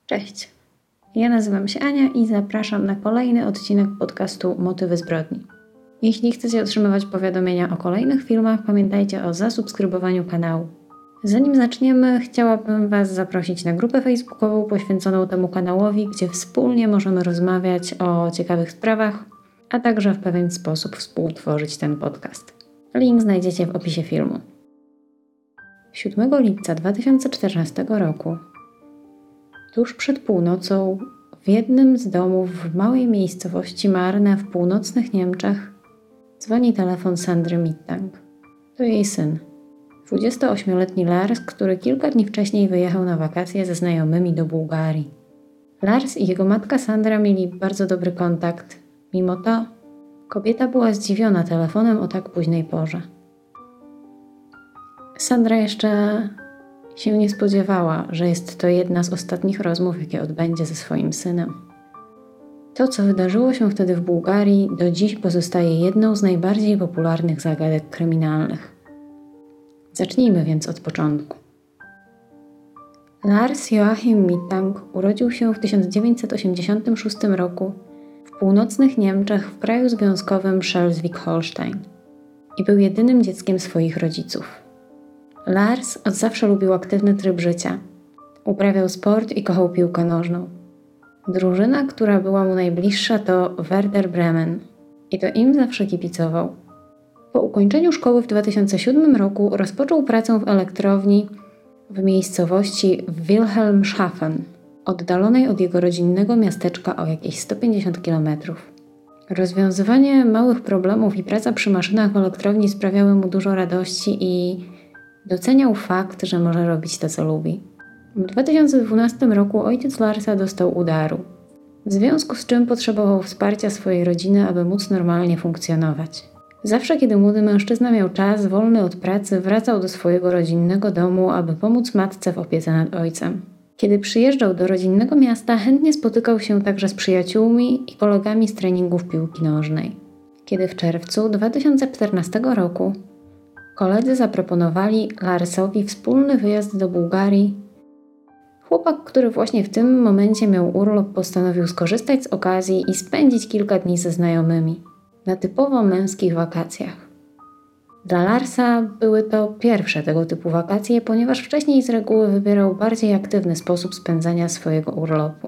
Cześć, ja nazywam się Ania i zapraszam na kolejny odcinek podcastu Motywy zbrodni. Jeśli chcecie otrzymywać powiadomienia o kolejnych filmach, pamiętajcie o zasubskrybowaniu kanału. Zanim zaczniemy, chciałabym Was zaprosić na grupę facebookową poświęconą temu kanałowi, gdzie wspólnie możemy rozmawiać o ciekawych sprawach, a także w pewien sposób współtworzyć ten podcast. Link znajdziecie w opisie filmu. 7 lipca 2014 roku, tuż przed północą, w jednym z domów w małej miejscowości Marne w północnych Niemczech dzwoni telefon Sandry Mittank. To jej syn, 28-letni Lars, który kilka dni wcześniej wyjechał na wakacje ze znajomymi do Bułgarii. Lars i jego matka Sandra mieli bardzo dobry kontakt. Mimo to kobieta była zdziwiona telefonem o tak późnej porze. Sandra jeszcze się nie spodziewała, że jest to jedna z ostatnich rozmów, jakie odbędzie ze swoim synem. To, co wydarzyło się wtedy w Bułgarii, do dziś pozostaje jedną z najbardziej popularnych zagadek kryminalnych. Zacznijmy więc od początku. Lars Joachim Mittank urodził się w 1986 roku w północnych Niemczech w kraju związkowym Schleswig-Holstein i był jedynym dzieckiem swoich rodziców. Lars od zawsze lubił aktywny tryb życia. Uprawiał sport i kochał piłkę nożną. Drużyna, która była mu najbliższa, to Werder Bremen i to im zawsze kibicował. Po ukończeniu szkoły w 2007 roku rozpoczął pracę w elektrowni w miejscowości Wilhelmshaven, oddalonej od jego rodzinnego miasteczka o jakieś 150 km. Rozwiązywanie małych problemów i praca przy maszynach w elektrowni sprawiały mu dużo radości i doceniał fakt, że może robić to, co lubi. W 2012 roku ojciec Larsa dostał udaru, w związku z czym potrzebował wsparcia swojej rodziny, aby móc normalnie funkcjonować. Zawsze, kiedy młody mężczyzna miał czas wolny od pracy, wracał do swojego rodzinnego domu, aby pomóc matce w opiece nad ojcem. Kiedy przyjeżdżał do rodzinnego miasta, chętnie spotykał się także z przyjaciółmi i kolegami z treningów piłki nożnej. Kiedy w czerwcu 2014 roku koledzy zaproponowali Larsowi wspólny wyjazd do Bułgarii, chłopak, który właśnie w tym momencie miał urlop, postanowił skorzystać z okazji i spędzić kilka dni ze znajomymi na typowo męskich wakacjach. Dla Larsa były to pierwsze tego typu wakacje, ponieważ wcześniej z reguły wybierał bardziej aktywny sposób spędzania swojego urlopu.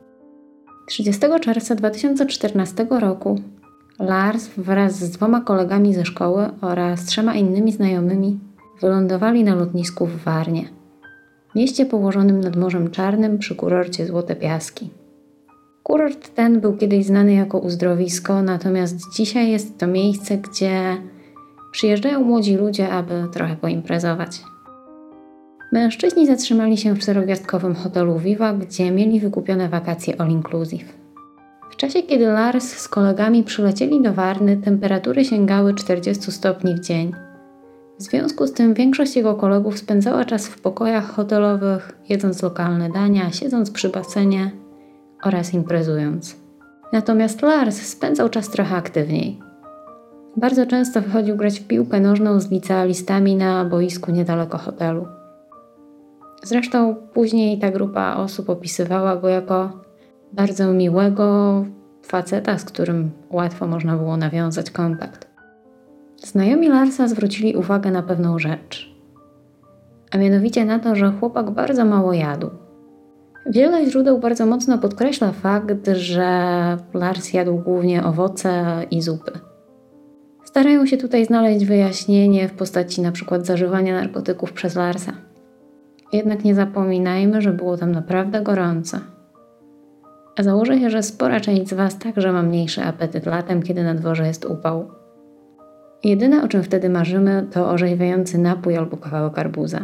30 czerwca 2014 roku Lars wraz z 2 kolegami ze szkoły oraz 3 innymi znajomymi wylądowali na lotnisku w Warnie, mieście położonym nad Morzem Czarnym przy kurorcie Złote Piaski. Kurort ten był kiedyś znany jako uzdrowisko, natomiast dzisiaj jest to miejsce, gdzie przyjeżdżają młodzi ludzie, aby trochę poimprezować. Mężczyźni zatrzymali się w 4-gwiazdkowym hotelu Viva, gdzie mieli wykupione wakacje all inclusive. W czasie, kiedy Lars z kolegami przylecieli do Warny, temperatury sięgały 40 stopni w dzień. W związku z tym większość jego kolegów spędzała czas w pokojach hotelowych, jedząc lokalne dania, siedząc przy basenie oraz imprezując. Natomiast Lars spędzał czas trochę aktywniej. Bardzo często wychodził grać w piłkę nożną z licealistami na boisku niedaleko hotelu. Zresztą później ta grupa osób opisywała go jako bardzo miłego faceta, z którym łatwo można było nawiązać kontakt. Znajomi Larsa zwrócili uwagę na pewną rzecz, a mianowicie na to, że chłopak bardzo mało jadł. Wiele źródeł bardzo mocno podkreśla fakt, że Lars jadł głównie owoce i zupy. Starają się tutaj znaleźć wyjaśnienie w postaci np. zażywania narkotyków przez Larsa. Jednak nie zapominajmy, że było tam naprawdę gorąco. A założę się, że spora część z Was także ma mniejszy apetyt latem, kiedy na dworze jest upał. Jedyne, o czym wtedy marzymy, to orzeźwiający napój albo kawałek arbuza.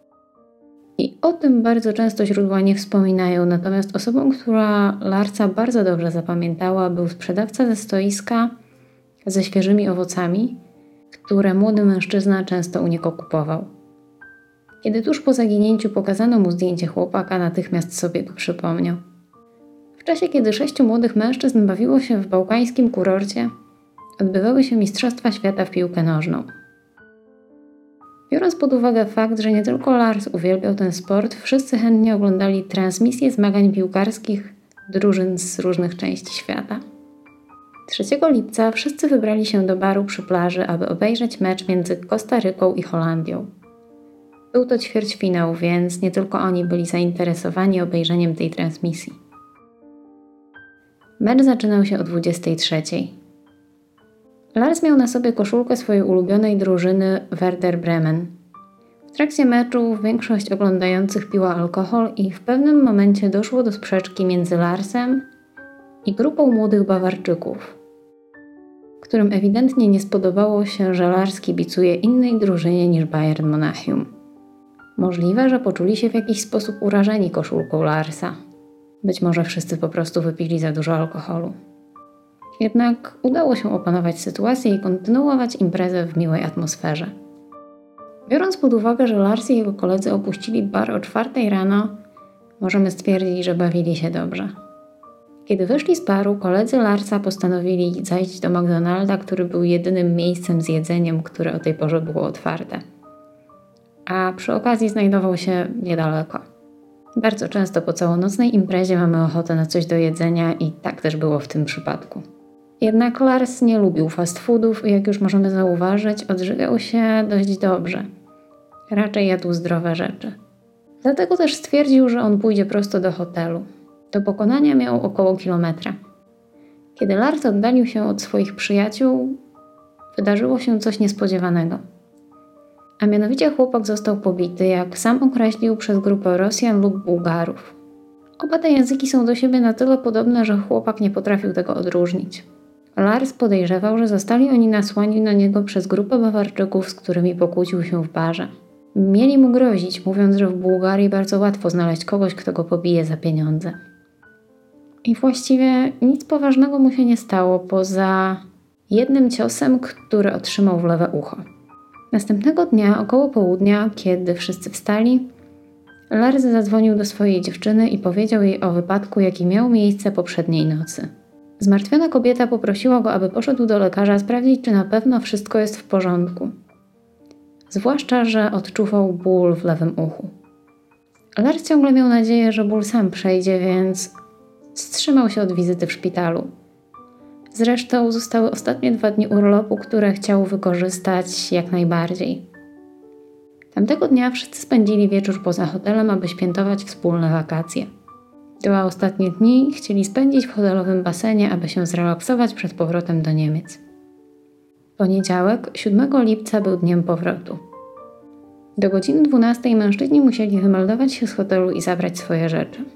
I o tym bardzo często źródła nie wspominają, natomiast osobą, która Larsa bardzo dobrze zapamiętała, był sprzedawca ze stoiska ze świeżymi owocami, które młody mężczyzna często u niego kupował. Kiedy tuż po zaginięciu pokazano mu zdjęcie chłopaka, natychmiast sobie go przypomniał. W czasie, kiedy 6 młodych mężczyzn bawiło się w bałkańskim kurorcie, odbywały się Mistrzostwa Świata w piłkę nożną. Biorąc pod uwagę fakt, że nie tylko Lars uwielbiał ten sport, wszyscy chętnie oglądali transmisje zmagań piłkarskich drużyn z różnych części świata. 3 lipca wszyscy wybrali się do baru przy plaży, aby obejrzeć mecz między Kostaryką i Holandią. Był to ćwierćfinał, więc nie tylko oni byli zainteresowani obejrzeniem tej transmisji. Mecz zaczynał się o 23:00. Lars miał na sobie koszulkę swojej ulubionej drużyny Werder Bremen. W trakcie meczu większość oglądających piła alkohol i w pewnym momencie doszło do sprzeczki między Larsem i grupą młodych Bawarczyków, którym ewidentnie nie spodobało się, że Lars kibicuje innej drużynie niż Bayern Monachium. Możliwe, że poczuli się w jakiś sposób urażeni koszulką Larsa. Być może wszyscy po prostu wypili za dużo alkoholu. Jednak udało się opanować sytuację i kontynuować imprezę w miłej atmosferze. Biorąc pod uwagę, że Lars i jego koledzy opuścili bar o 4:00 rano, możemy stwierdzić, że bawili się dobrze. Kiedy wyszli z baru, koledzy Larsa postanowili zajść do McDonalda, który był jedynym miejscem z jedzeniem, które o tej porze było otwarte. A przy okazji znajdował się niedaleko. Bardzo często po całonocnej imprezie mamy ochotę na coś do jedzenia i tak też było w tym przypadku. Jednak Lars nie lubił fast foodów i jak już możemy zauważyć, odżywiał się dość dobrze. Raczej jadł zdrowe rzeczy. Dlatego też stwierdził, że on pójdzie prosto do hotelu. Do pokonania miał około kilometra. Kiedy Lars oddalił się od swoich przyjaciół, wydarzyło się coś niespodziewanego. A mianowicie chłopak został pobity, jak sam określił, przez grupę Rosjan lub Bułgarów. Oba te języki są do siebie na tyle podobne, że chłopak nie potrafił tego odróżnić. Lars podejrzewał, że zostali oni nasłani na niego przez grupę Bawarczyków, z którymi pokłócił się w barze. Mieli mu grozić, mówiąc, że w Bułgarii bardzo łatwo znaleźć kogoś, kto go pobije za pieniądze. I właściwie nic poważnego mu się nie stało, poza jednym ciosem, który otrzymał w lewe ucho. Następnego dnia, około południa, kiedy wszyscy wstali, Lars zadzwonił do swojej dziewczyny i powiedział jej o wypadku, jaki miał miejsce poprzedniej nocy. Zmartwiona kobieta poprosiła go, aby poszedł do lekarza sprawdzić, czy na pewno wszystko jest w porządku. Zwłaszcza, że odczuwał ból w lewym uchu. Lars ciągle miał nadzieję, że ból sam przejdzie, więc wstrzymał się od wizyty w szpitalu. Zresztą zostały ostatnie 2 dni urlopu, które chciał wykorzystać jak najbardziej. Tamtego dnia wszyscy spędzili wieczór poza hotelem, aby świętować wspólne wakacje. 2 ostatnie dni chcieli spędzić w hotelowym basenie, aby się zrelaksować przed powrotem do Niemiec. Poniedziałek, 7 lipca, był dniem powrotu. Do godziny 12 mężczyźni musieli wymeldować się z hotelu i zabrać swoje rzeczy.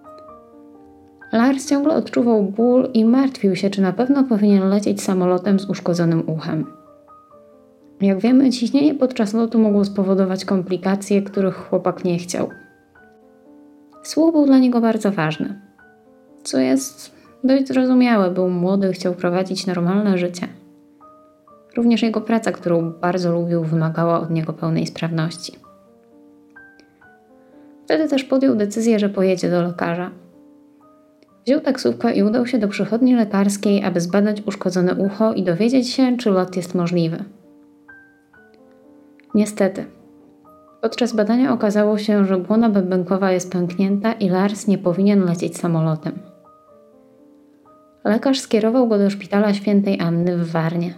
Lars ciągle odczuwał ból i martwił się, czy na pewno powinien lecieć samolotem z uszkodzonym uchem. Jak wiemy, ciśnienie podczas lotu mogło spowodować komplikacje, których chłopak nie chciał. Słuch był dla niego bardzo ważny, co jest dość zrozumiałe. Był młody, chciał prowadzić normalne życie. Również jego praca, którą bardzo lubił, wymagała od niego pełnej sprawności. Wtedy też podjął decyzję, że pojedzie do lekarza. Wziął taksówkę i udał się do przychodni lekarskiej, aby zbadać uszkodzone ucho i dowiedzieć się, czy lot jest możliwy. Niestety, podczas badania okazało się, że błona bębenkowa jest pęknięta i Lars nie powinien lecieć samolotem. Lekarz skierował go do szpitala Świętej Anny w Warnie.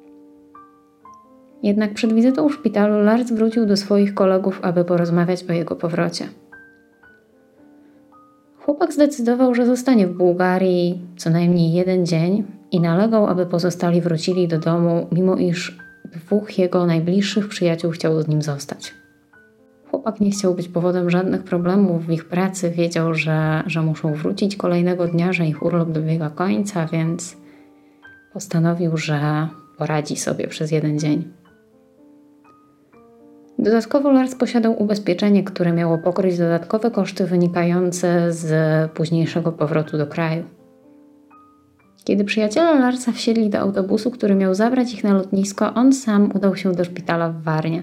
Jednak przed wizytą w szpitalu Lars wrócił do swoich kolegów, aby porozmawiać o jego powrocie. Chłopak zdecydował, że zostanie w Bułgarii co najmniej 1 dzień i nalegał, aby pozostali wrócili do domu, mimo iż 2 jego najbliższych przyjaciół chciało z nim zostać. Chłopak nie chciał być powodem żadnych problemów w ich pracy, wiedział, że muszą wrócić kolejnego dnia, że ich urlop dobiega końca, więc postanowił, że poradzi sobie przez 1 dzień. Dodatkowo Lars posiadał ubezpieczenie, które miało pokryć dodatkowe koszty wynikające z późniejszego powrotu do kraju. Kiedy przyjaciele Larsa wsiedli do autobusu, który miał zabrać ich na lotnisko, on sam udał się do szpitala w Warnie.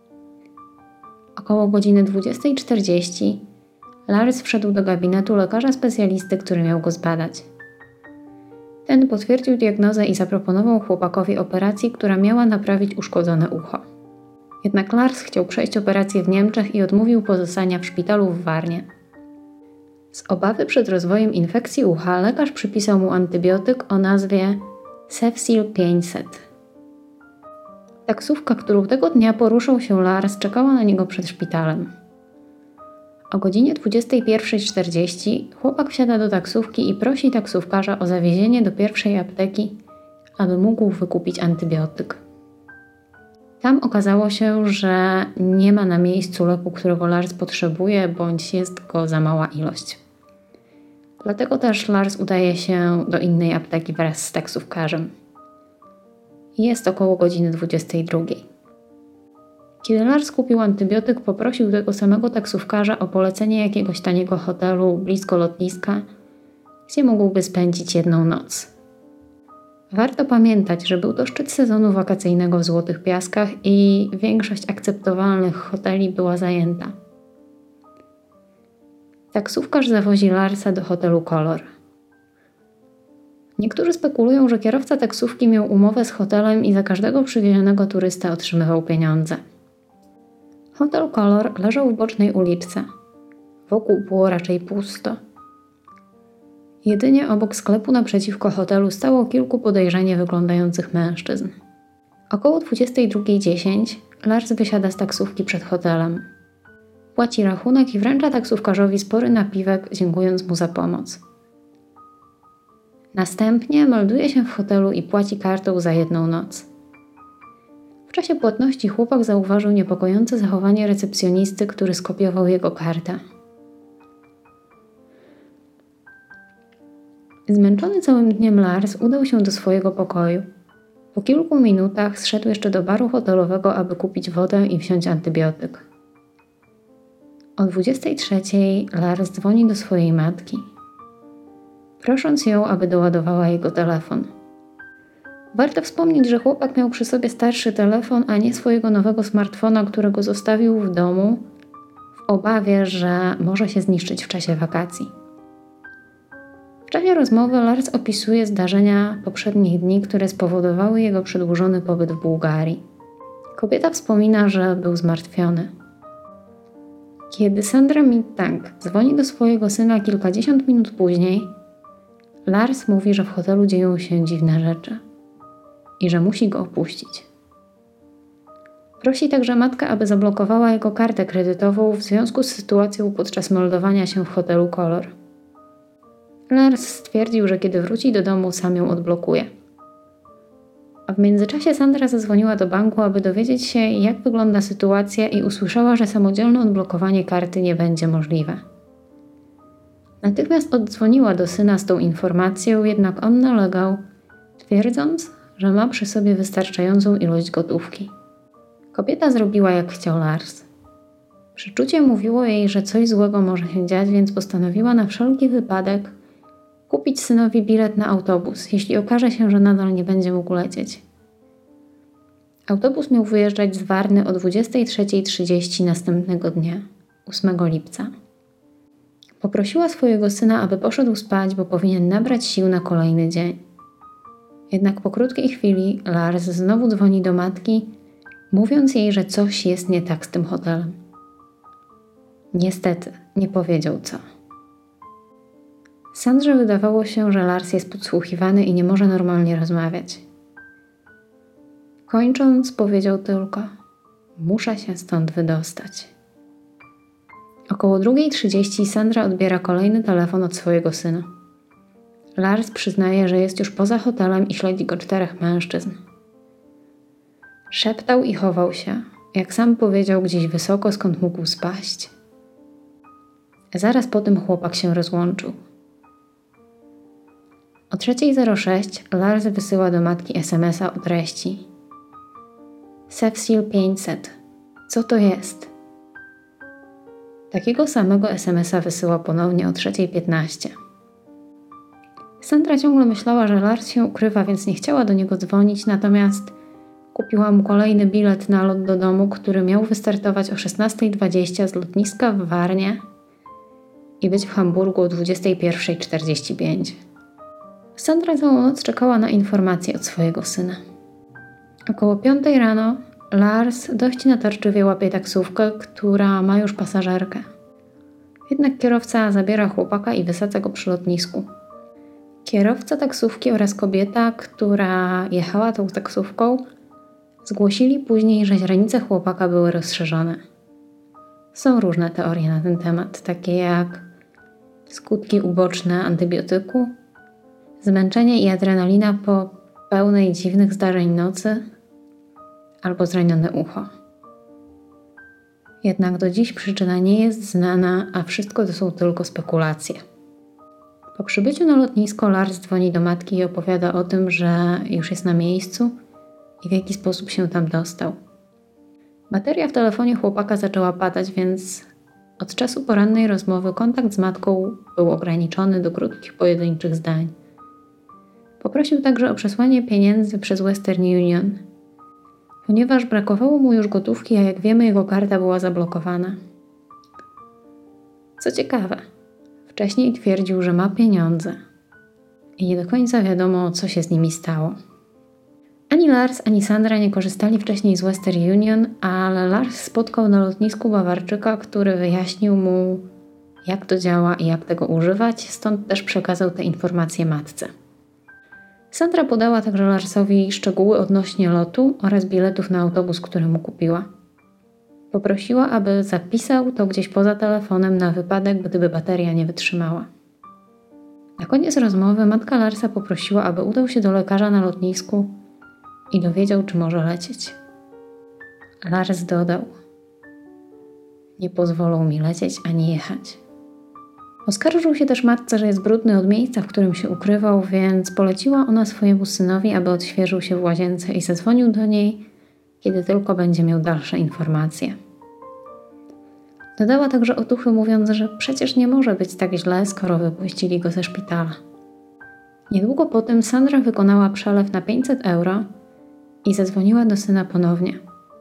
Około godziny 20:40 Lars wszedł do gabinetu lekarza specjalisty, który miał go zbadać. Ten potwierdził diagnozę i zaproponował chłopakowi operację, która miała naprawić uszkodzone ucho. Jednak Lars chciał przejść operację w Niemczech i odmówił pozostania w szpitalu w Warnie. Z obawy przed rozwojem infekcji ucha lekarz przypisał mu antybiotyk o nazwie Cefsil 500. Taksówka, którą tego dnia poruszał się Lars, czekała na niego przed szpitalem. O godzinie 21:40 chłopak wsiada do taksówki i prosi taksówkarza o zawiezienie do pierwszej apteki, aby mógł wykupić antybiotyk. Tam okazało się, że nie ma na miejscu leku, którego Lars potrzebuje, bądź jest go za mała ilość. Dlatego też Lars udaje się do innej apteki wraz z taksówkarzem. Jest około godziny 22:00. Kiedy Lars kupił antybiotyk, poprosił tego samego taksówkarza o polecenie jakiegoś taniego hotelu blisko lotniska, gdzie mógłby spędzić jedną noc. Warto pamiętać, że był to szczyt sezonu wakacyjnego w Złotych Piaskach i większość akceptowalnych hoteli była zajęta. Taksówkarz zawozi Larsa do hotelu Color. Niektórzy spekulują, że kierowca taksówki miał umowę z hotelem i za każdego przywiezionego turystę otrzymywał pieniądze. Hotel Color leżał w bocznej uliczce. Wokół było raczej pusto. Jedynie obok sklepu naprzeciwko hotelu stało kilku podejrzanie wyglądających mężczyzn. Około 22:10 Lars wysiada z taksówki przed hotelem. Płaci rachunek i wręcza taksówkarzowi spory napiwek, dziękując mu za pomoc. Następnie melduje się w hotelu i płaci kartą za jedną noc. W czasie płatności chłopak zauważył niepokojące zachowanie recepcjonisty, który skopiował jego kartę. Zmęczony całym dniem Lars udał się do swojego pokoju. Po kilku minutach zszedł jeszcze do baru hotelowego, aby kupić wodę i wziąć antybiotyk. O 23:00 Lars dzwoni do swojej matki, prosząc ją, aby doładowała jego telefon. Warto wspomnieć, że chłopak miał przy sobie starszy telefon, a nie swojego nowego smartfona, którego zostawił w domu w obawie, że może się zniszczyć w czasie wakacji. W czasie rozmowy Lars opisuje zdarzenia poprzednich dni, które spowodowały jego przedłużony pobyt w Bułgarii. Kobieta wspomina, że był zmartwiony. Kiedy Sandra Mittag dzwoni do swojego syna kilkadziesiąt minut później, Lars mówi, że w hotelu dzieją się dziwne rzeczy i że musi go opuścić. Prosi także matkę, aby zablokowała jego kartę kredytową w związku z sytuacją podczas meldowania się w hotelu Color. Lars stwierdził, że kiedy wróci do domu, sam ją odblokuje. A w międzyczasie Sandra zadzwoniła do banku, aby dowiedzieć się, jak wygląda sytuacja i usłyszała, że samodzielne odblokowanie karty nie będzie możliwe. Natychmiast oddzwoniła do syna z tą informacją, jednak on nalegał, twierdząc, że ma przy sobie wystarczającą ilość gotówki. Kobieta zrobiła, jak chciał Lars. Przeczucie mówiło jej, że coś złego może się dziać, więc postanowiła na wszelki wypadek kupić synowi bilet na autobus, jeśli okaże się, że nadal nie będzie mógł lecieć. Autobus miał wyjeżdżać z Warny o 23:30 następnego dnia, 8 lipca. Poprosiła swojego syna, aby poszedł spać, bo powinien nabrać sił na kolejny dzień. Jednak po krótkiej chwili Lars znowu dzwoni do matki, mówiąc jej, że coś jest nie tak z tym hotelem. Niestety, nie powiedział co. Sandrze wydawało się, że Lars jest podsłuchiwany i nie może normalnie rozmawiać. Kończąc, powiedział tylko: muszę się stąd wydostać. Około 2:30 Sandra odbiera kolejny telefon od swojego syna. Lars przyznaje, że jest już poza hotelem i śledzi go 4 mężczyzn. Szeptał i chował się, jak sam powiedział, gdzieś wysoko, skąd mógł spaść. Zaraz po tym chłopak się rozłączył. O 3:06 Lars wysyła do matki SMS-a o treści: Cefsil 500. Co to jest? Takiego samego SMS-a wysyła ponownie o 3:15. Sandra ciągle myślała, że Lars się ukrywa, więc nie chciała do niego dzwonić, natomiast kupiła mu kolejny bilet na lot do domu, który miał wystartować o 16:20 z lotniska w Warnie i być w Hamburgu o 21:45. Sandra całą noc czekała na informacje od swojego syna. Około 5 rano Lars dość natarczywie łapie taksówkę, która ma już pasażerkę. Jednak kierowca zabiera chłopaka i wysadza go przy lotnisku. Kierowca taksówki oraz kobieta, która jechała tą taksówką, zgłosili później, że źrenice chłopaka były rozszerzone. Są różne teorie na ten temat, takie jak skutki uboczne antybiotyku, zmęczenie i adrenalina po pełnej dziwnych zdarzeń nocy albo zranione ucho. Jednak do dziś przyczyna nie jest znana, a wszystko to są tylko spekulacje. Po przybyciu na lotnisko Lars dzwoni do matki i opowiada o tym, że już jest na miejscu i w jaki sposób się tam dostał. Bateria w telefonie chłopaka zaczęła padać, więc od czasu porannej rozmowy kontakt z matką był ograniczony do krótkich, pojedynczych zdań. Poprosił także o przesłanie pieniędzy przez Western Union, ponieważ brakowało mu już gotówki, a jak wiemy, jego karta była zablokowana. Co ciekawe, wcześniej twierdził, że ma pieniądze i nie do końca wiadomo, co się z nimi stało. Ani Lars, ani Sandra nie korzystali wcześniej z Western Union, ale Lars spotkał na lotnisku Bawarczyka, który wyjaśnił mu, jak to działa i jak tego używać, stąd też przekazał te informacje matce. Sandra podała także Larsowi szczegóły odnośnie lotu oraz biletów na autobus, który mu kupiła. Poprosiła, aby zapisał to gdzieś poza telefonem na wypadek, gdyby bateria nie wytrzymała. Na koniec rozmowy matka Larsa poprosiła, aby udał się do lekarza na lotnisku i dowiedział, czy może lecieć. Lars dodał: nie pozwolą mi lecieć ani jechać. Oskarżył się też matce, że jest brudny od miejsca, w którym się ukrywał, więc poleciła ona swojemu synowi, aby odświeżył się w łazience i zadzwonił do niej, kiedy tylko będzie miał dalsze informacje. Dodała także otuchy, mówiąc, że przecież nie może być tak źle, skoro wypuścili go ze szpitala. Niedługo potem Sandra wykonała przelew na 500 euro i zadzwoniła do syna ponownie.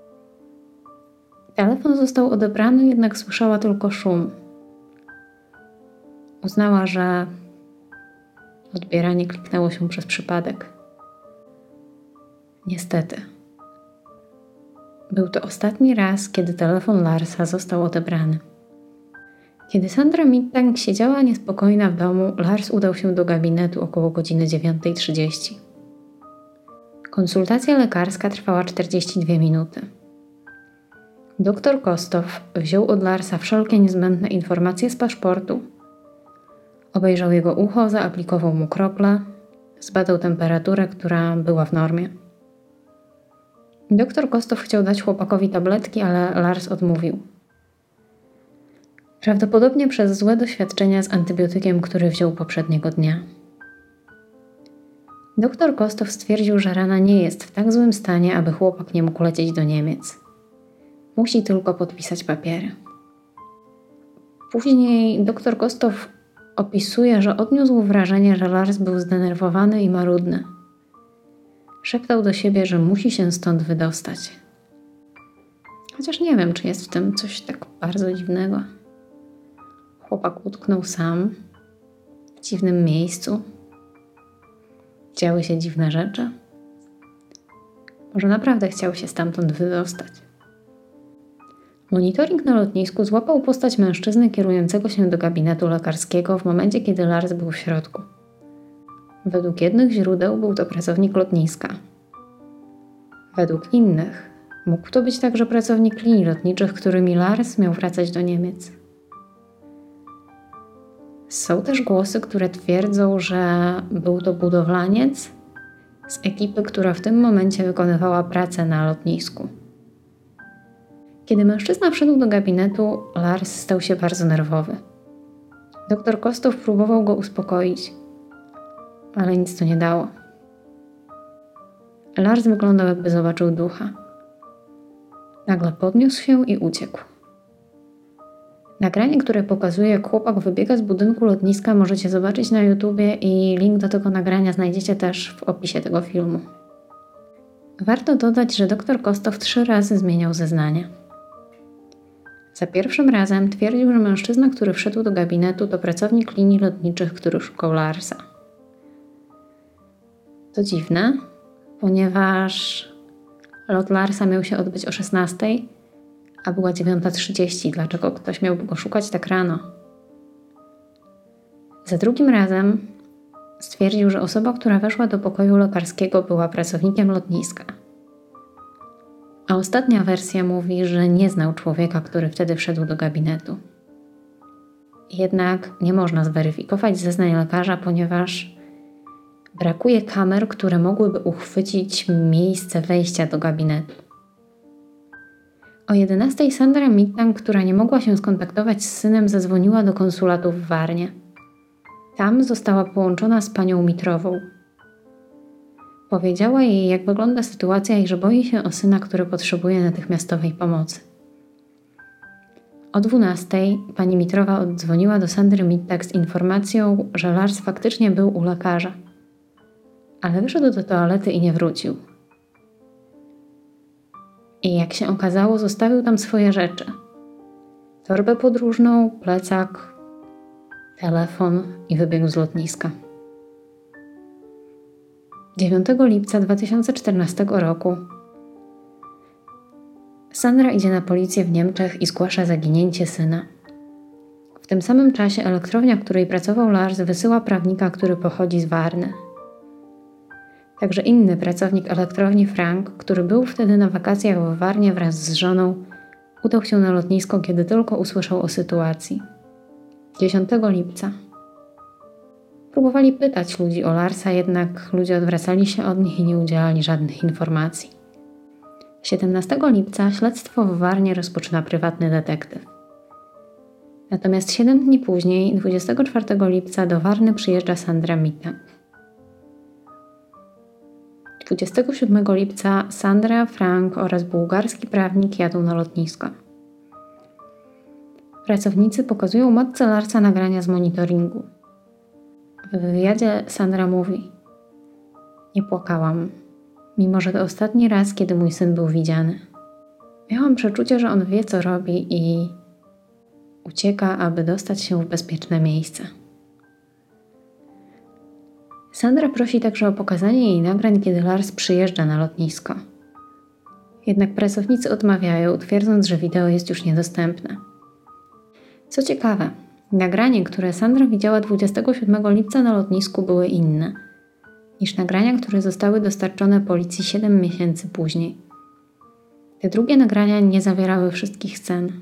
Telefon został odebrany, jednak słyszała tylko szum. Uznała, że odbieranie kliknęło się przez przypadek. Niestety. Był to ostatni raz, kiedy telefon Larsa został odebrany. Kiedy Sandra Mittag siedziała niespokojna w domu, Lars udał się do gabinetu około godziny 9:30. Konsultacja lekarska trwała 42 minuty. Doktor Kostow wziął od Larsa wszelkie niezbędne informacje z paszportu, obejrzał jego ucho, zaaplikował mu krople, zbadał temperaturę, która była w normie. Doktor Kostow chciał dać chłopakowi tabletki, ale Lars odmówił. Prawdopodobnie przez złe doświadczenia z antybiotykiem, który wziął poprzedniego dnia. Doktor Kostow stwierdził, że rana nie jest w tak złym stanie, aby chłopak nie mógł lecieć do Niemiec. Musi tylko podpisać papiery. Później doktor Kostow opisuje, że odniósł wrażenie, że Lars był zdenerwowany i marudny. Szeptał do siebie, że musi się stąd wydostać. Chociaż nie wiem, czy jest w tym coś tak bardzo dziwnego. Chłopak utknął sam, w dziwnym miejscu. Działy się dziwne rzeczy. Może naprawdę chciał się stamtąd wydostać. Monitoring na lotnisku złapał postać mężczyzny kierującego się do gabinetu lekarskiego w momencie, kiedy Lars był w środku. Według jednych źródeł był to pracownik lotniska. Według innych mógł to być także pracownik linii lotniczych, którymi Lars miał wracać do Niemiec. Są też głosy, które twierdzą, że był to budowlaniec z ekipy, która w tym momencie wykonywała pracę na lotnisku. Kiedy mężczyzna wszedł do gabinetu, Lars stał się bardzo nerwowy. Doktor Kostow próbował go uspokoić, ale nic to nie dało. Lars wyglądał, jakby zobaczył ducha. Nagle podniósł się i uciekł. Nagranie, które pokazuje, jak chłopak wybiega z budynku lotniska, możecie zobaczyć na YouTubie i link do tego nagrania znajdziecie też w opisie tego filmu. Warto dodać, że dr Kostow 3 razy zmieniał zeznania. Za pierwszym razem twierdził, że mężczyzna, który wszedł do gabinetu, to pracownik linii lotniczych, który szukał Larsa. To dziwne, ponieważ Lot Larsa miał się odbyć o 16, a była 9:30. Dlaczego ktoś miałby go szukać tak rano? Za drugim razem stwierdził, że osoba, która weszła do pokoju lekarskiego, była pracownikiem lotniska. A ostatnia wersja mówi, że nie znał człowieka, który wtedy wszedł do gabinetu. Jednak nie można zweryfikować zeznań lekarza, ponieważ brakuje kamer, które mogłyby uchwycić miejsce wejścia do gabinetu. O 11:00 Sandra Mittag, która nie mogła się skontaktować z synem, zadzwoniła do konsulatu w Warnie. Tam została połączona z panią Mitrową. Powiedziała jej, jak wygląda sytuacja i że boi się o syna, który potrzebuje natychmiastowej pomocy. O 12:00 pani Mitrowa oddzwoniła do Sandry Mittag z informacją, że Lars faktycznie był u lekarza, ale wyszedł do toalety i nie wrócił. I jak się okazało, zostawił tam swoje rzeczy. Torbę podróżną, plecak, telefon i wybiegł z lotniska. 9 lipca 2014 roku Sandra idzie na policję w Niemczech i zgłasza zaginięcie syna. W tym samym czasie elektrownia, w której pracował Lars, wysyła prawnika, który pochodzi z Warny. Także inny pracownik elektrowni, Frank, który był wtedy na wakacjach w Warnie wraz z żoną, udał się na lotnisko, kiedy tylko usłyszał o sytuacji. 10 lipca. Próbowali pytać ludzi o Larsa, jednak ludzie odwracali się od nich i nie udzielali żadnych informacji. 17 lipca śledztwo w Warnie rozpoczyna prywatny detektyw. Natomiast 7 dni później, 24 lipca, do Warny przyjeżdża Sandra Mittag. 27 lipca Sandra, Frank oraz bułgarski prawnik jadą na lotnisko. Pracownicy pokazują matce Larsa nagrania z monitoringu. W wywiadzie Sandra mówi: nie płakałam, mimo że to ostatni raz, kiedy mój syn był widziany. Miałam przeczucie, że on wie, co robi i ucieka, aby dostać się w bezpieczne miejsce. Sandra prosi także o pokazanie jej nagrań, kiedy Lars przyjeżdża na lotnisko. Jednak pracownicy odmawiają, twierdząc, że wideo jest już niedostępne. Co ciekawe, nagranie, które Sandra widziała 27 lipca na lotnisku, były inne niż nagrania, które zostały dostarczone policji 7 miesięcy później. Te drugie nagrania nie zawierały wszystkich scen.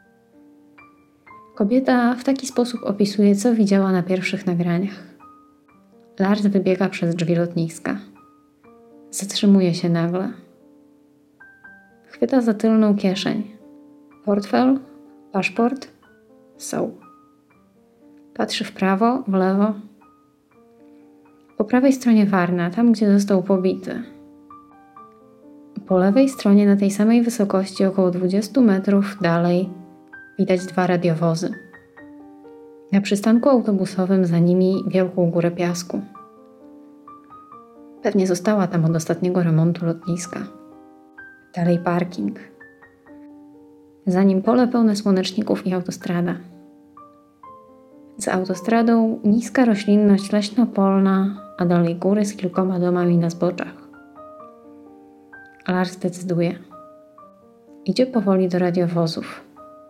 Kobieta w taki sposób opisuje, co widziała na pierwszych nagraniach. Lars wybiega przez drzwi lotniska. Zatrzymuje się nagle. Chwyta za tylną kieszeń. Portfel, paszport są. Patrzy w prawo, w lewo. Po prawej stronie Warna, tam gdzie został pobity. Po lewej stronie, na tej samej wysokości, około 20 metrów dalej, widać 2 radiowozy. Na przystanku autobusowym za nimi wielką górę piasku. Pewnie została tam od ostatniego remontu lotniska. Dalej parking. Za nim pole pełne słoneczników i autostrada. Za autostradą niska roślinność leśno-polna, a dalej góry z kilkoma domami na zboczach. Lars decyduje. Idzie powoli do radiowozów.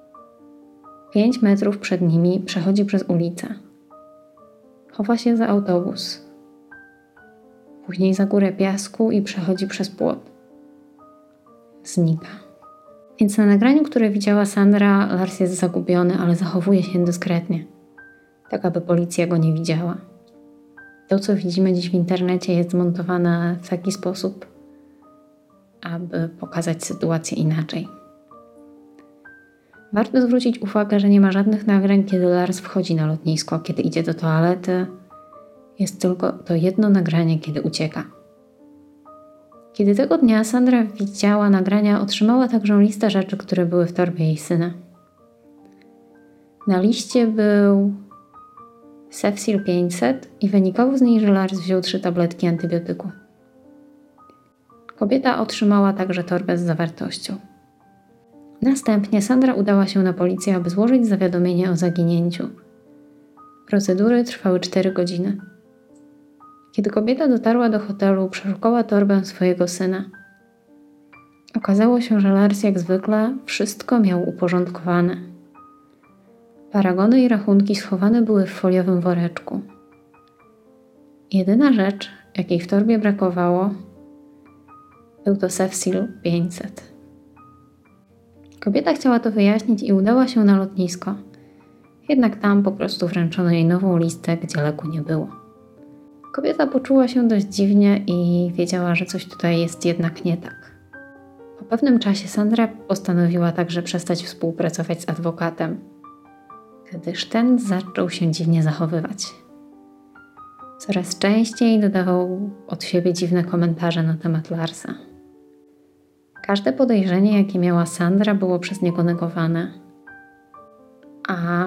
5 metrów przed nimi przechodzi przez ulicę. Chowa się za autobus. Później za górę piasku i przechodzi przez płot. Znika. Więc na nagraniu, które widziała Sandra, Lars jest zagubiony, ale zachowuje się dyskretnie, tak aby policja go nie widziała. To, co widzimy dziś w internecie, jest zmontowane w taki sposób, aby pokazać sytuację inaczej. Warto zwrócić uwagę, że nie ma żadnych nagrań, kiedy Lars wchodzi na lotnisko, kiedy idzie do toalety. Jest tylko to jedno nagranie, kiedy ucieka. Kiedy tego dnia Sandra widziała nagrania, otrzymała także listę rzeczy, które były w torbie jej syna. Na liście był Cefsil 500 i wynikało z niej, że Lars wziął 3 tabletki antybiotyku. Kobieta otrzymała także torbę z zawartością. Następnie Sandra udała się na policję, aby złożyć zawiadomienie o zaginięciu. Procedury trwały 4 godziny. Kiedy kobieta dotarła do hotelu, przeszukała torbę swojego syna. Okazało się, że Lars jak zwykle wszystko miał uporządkowane. Paragony i rachunki schowane były w foliowym woreczku. Jedyna rzecz, jakiej w torbie brakowało, był to Cecil 500. Kobieta chciała to wyjaśnić i udała się na lotnisko. Jednak tam po prostu wręczono jej nową listę, gdzie leku nie było. Kobieta poczuła się dość dziwnie i wiedziała, że coś tutaj jest jednak nie tak. Po pewnym czasie Sandra postanowiła także przestać współpracować z adwokatem, gdyż ten zaczął się dziwnie zachowywać. Coraz częściej dodawał od siebie dziwne komentarze na temat Larsa. Każde podejrzenie, jakie miała Sandra, było przez niego negowane. A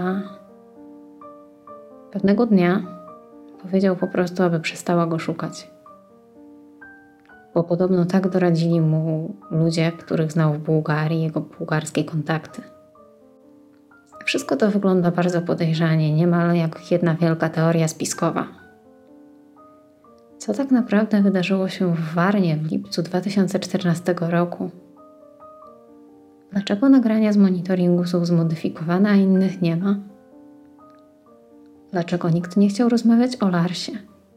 pewnego dnia powiedział po prostu, aby przestała go szukać. Bo podobno tak doradzili mu ludzie, których znał w Bułgarii, jego bułgarskie kontakty. Wszystko to wygląda bardzo podejrzanie, niemal jak jedna wielka teoria spiskowa. Co tak naprawdę wydarzyło się w Warnie w lipcu 2014 roku? Dlaczego nagrania z monitoringu są zmodyfikowane, a innych nie ma? Dlaczego nikt nie chciał rozmawiać o Larsie?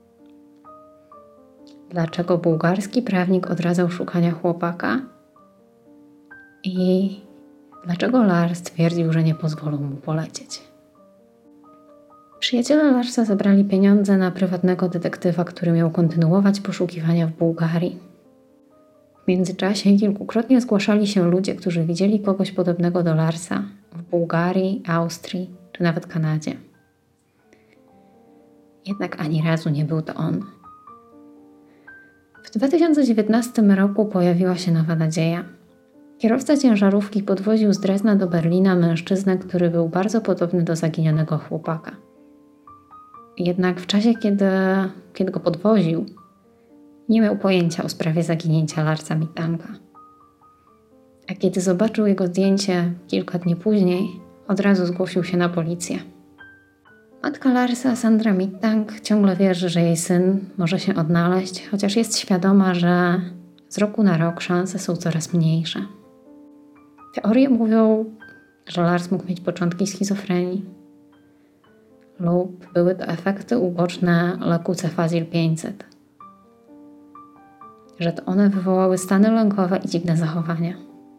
Dlaczego bułgarski prawnik odradzał szukania chłopaka? I dlaczego Lars twierdził, że nie pozwolą mu polecieć? Przyjaciele Larsa zebrali pieniądze na prywatnego detektywa, który miał kontynuować poszukiwania w Bułgarii. W międzyczasie kilkukrotnie zgłaszali się ludzie, którzy widzieli kogoś podobnego do Larsa w Bułgarii, Austrii czy nawet Kanadzie. Jednak ani razu nie był to on. W 2019 roku pojawiła się nowa nadzieja. Kierowca ciężarówki podwoził z Drezna do Berlina mężczyznę, który był bardzo podobny do zaginionego chłopaka. Jednak w czasie, kiedy go podwoził, nie miał pojęcia o sprawie zaginięcia Larsa Mittanga. A kiedy zobaczył jego zdjęcie kilka dni później, od razu zgłosił się na policję. Matka Larsa, Sandra Mittang, ciągle wierzy, że jej syn może się odnaleźć, chociaż jest świadoma, że z roku na rok szanse są coraz mniejsze. Teorie mówią, że Lars mógł mieć początki schizofrenii lub były to efekty uboczne leku Cefazil 500. Że to one wywołały stany lękowe i dziwne zachowania.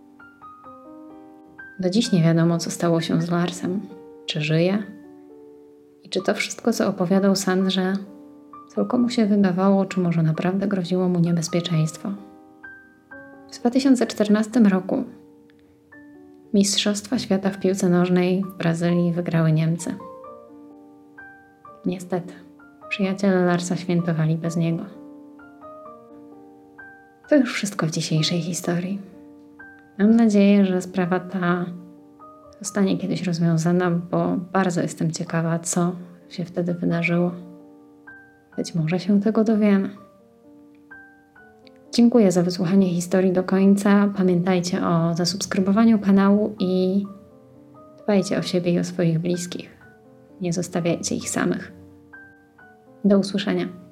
Do dziś nie wiadomo, co stało się z Larsem. Czy żyje? I czy to wszystko, co opowiadał Sandrze, tylko mu się wydawało, czy może naprawdę groziło mu niebezpieczeństwo? W 2014 roku Mistrzostwa Świata w piłce nożnej w Brazylii wygrały Niemcy. Niestety, przyjaciele Larsa świętowali bez niego. To już wszystko w dzisiejszej historii. Mam nadzieję, że sprawa ta zostanie kiedyś rozwiązana, bo bardzo jestem ciekawa, co się wtedy wydarzyło. Być może się tego dowiemy. Dziękuję za wysłuchanie historii do końca. Pamiętajcie o zasubskrybowaniu kanału i dbajcie o siebie i o swoich bliskich. Nie zostawiajcie ich samych. Do usłyszenia.